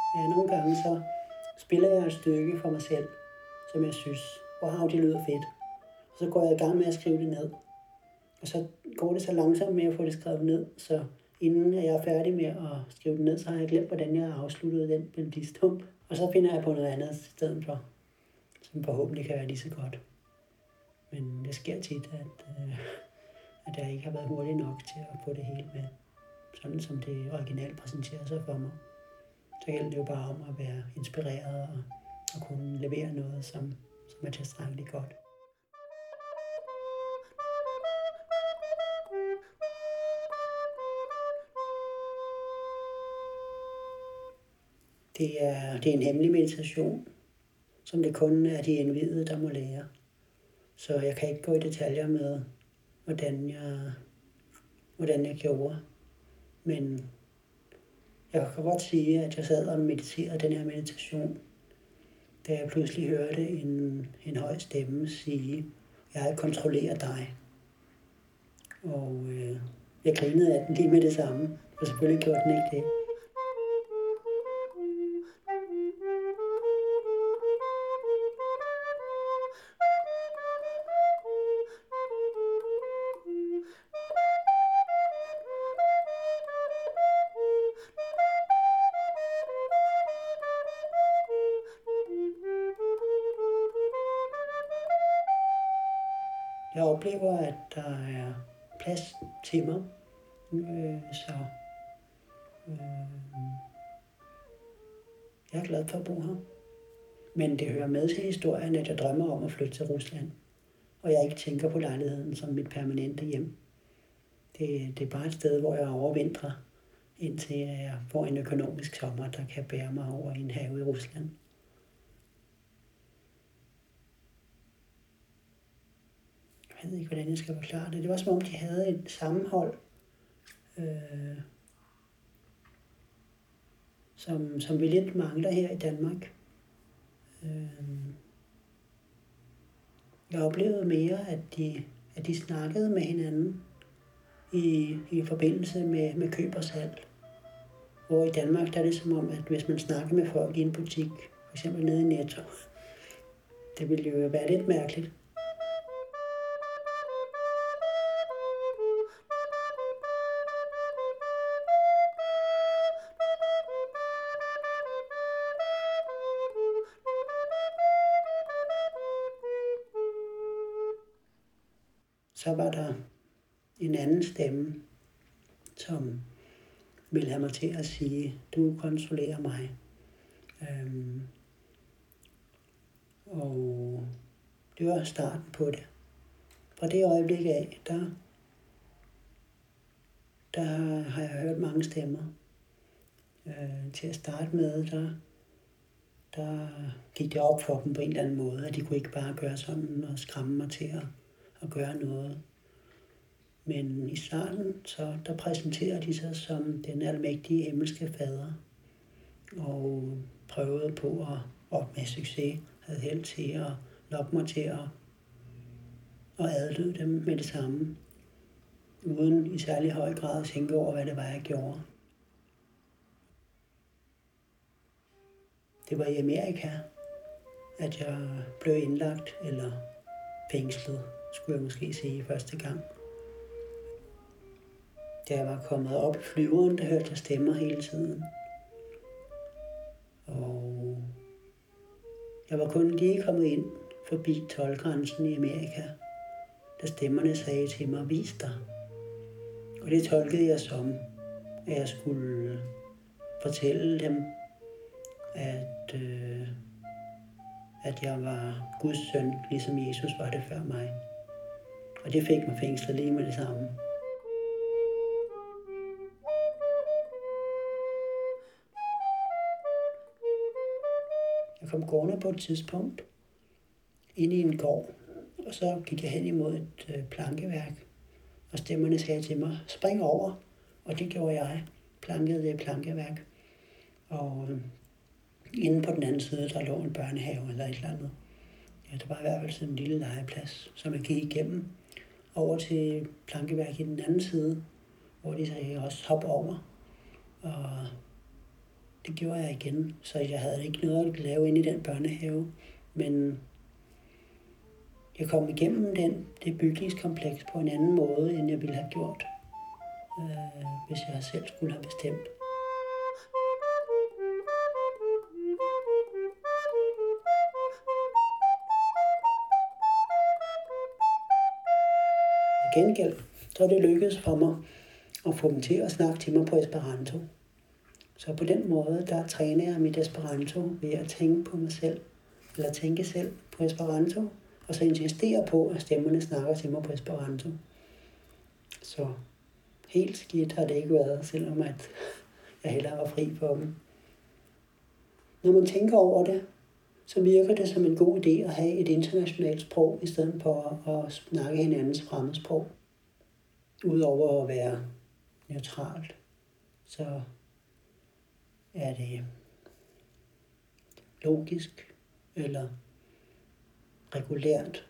Ja, nogle gange så spiller jeg et stykke for mig selv, som jeg synes, wow, det lyder fedt. Og så går jeg i gang med at skrive det ned. Og så går det så langsomt med at få det skrevet ned, så inden jeg er færdig med at skrive det ned, så har jeg glemt, hvordan jeg afsluttede den melodistump. Og så finder jeg på noget andet i stedet for, som forhåbentlig kan være lige så godt. Men det sker tit, at jeg ikke har været hurtig nok til at få det hele med, sådan som det originalt præsenterer sig for mig. Så gælder det jo bare om at være inspireret og kunne levere noget, som er tilstrækkeligt godt. Det er en hemmelig meditation, som det kun er de indvidede, der må lære. Så jeg kan ikke gå i detaljer med, hvordan jeg gjorde. Men jeg kan godt sige, at jeg sad og mediterede den her meditation, da jeg pludselig hørte en høj stemme sige, jeg kontrollerer dig. Og jeg grinede af den lige med det samme, for selvfølgelig gjorde den ikke det. Jeg oplever, at der er plads til mig, så jeg er glad for at bo her. Men det hører med til historien, at jeg drømmer om at flytte til Rusland, og jeg ikke tænker på lejligheden som mit permanente hjem. Det er bare et sted, hvor jeg overvintrer, indtil jeg får en økonomisk sommer, der kan bære mig over i en have i Rusland. Jeg ved ikke, hvordan jeg skal forklare det. Det var som om, de havde et sammenhold, som vi lidt mangler her i Danmark. Jeg oplevede mere, at de snakkede med hinanden i forbindelse med køb og salg. Hvor i Danmark der er det som om, at hvis man snakker med folk i en butik, f.eks. nede i Netto, det ville jo være lidt mærkeligt. Så var der en anden stemme, som ville have mig til at sige, du kontrollerer mig. Og det var starten på det. Fra det øjeblik af, der har jeg hørt mange stemmer. Til at starte med, der gik det op for dem på en eller anden måde, at de kunne ikke bare gøre sådan og skræmme mig til at gøre noget. Men i starten, så der præsenterer de sig som den almægtige himmelske fader, og prøvede på at med succes, havde held til at lokke mig til at adlyde dem med det samme, uden i særlig høj grad at tænke over, hvad det var, jeg gjorde. Det var i Amerika, at jeg blev indlagt, eller fængslet, skulle jeg måske sige første gang. Da jeg var kommet op i flyveren, der hørte jeg stemmer hele tiden. Og jeg var kun lige kommet ind forbi toldgrænsen i Amerika, da stemmerne sagde til mig, vis dig. Og det tolkede jeg som, at jeg skulle fortælle dem, at jeg var Guds søn, ligesom Jesus var det før mig. Og det fik mig fængslet lige med det samme. Jeg kom gående på et tidspunkt ind i en gård, og så gik jeg hen imod et plankeværk, og stemmerne sagde til mig, spring over, og det gjorde jeg, plankede det plankeværk. Og inde på den anden side, der lå en børnehave eller et eller andet. Ja, der var i hvert fald sådan en lille legeplads, som jeg gik igennem over til plankeværk i den anden side, hvor de sagde også hop over. Og det gjorde jeg igen. Så jeg havde ikke noget at lave inde i den børnehave. Men jeg kom igennem det bygningskompleks på en anden måde, end jeg ville have gjort, hvis jeg selv skulle have bestemt. Til gengæld, så er det lykkedes for mig at få dem til at snakke til mig på Esperanto. Så på den måde, der træner jeg mit Esperanto ved at tænke på mig selv, eller tænke selv på Esperanto, og så insistere på, at stemmerne snakker til mig på Esperanto. Så helt skidt har det ikke været, selvom at jeg hellere var fri for dem. Når man tænker over det, så virker det som en god idé at have et internationalt sprog, i stedet for at snakke hinandens fremmedsprog. Udover at være neutralt, så er det logisk eller regulært.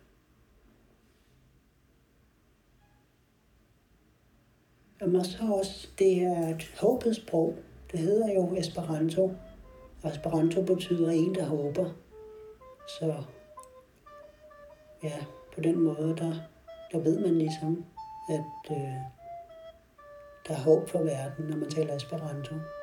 Og så også, det er et håbets sprog. Det hedder jo Esperanto, og Esperanto betyder en, der håber. Så ja, på den måde, der ved man ligesom, at der er håb for verden, når man taler Esperanto.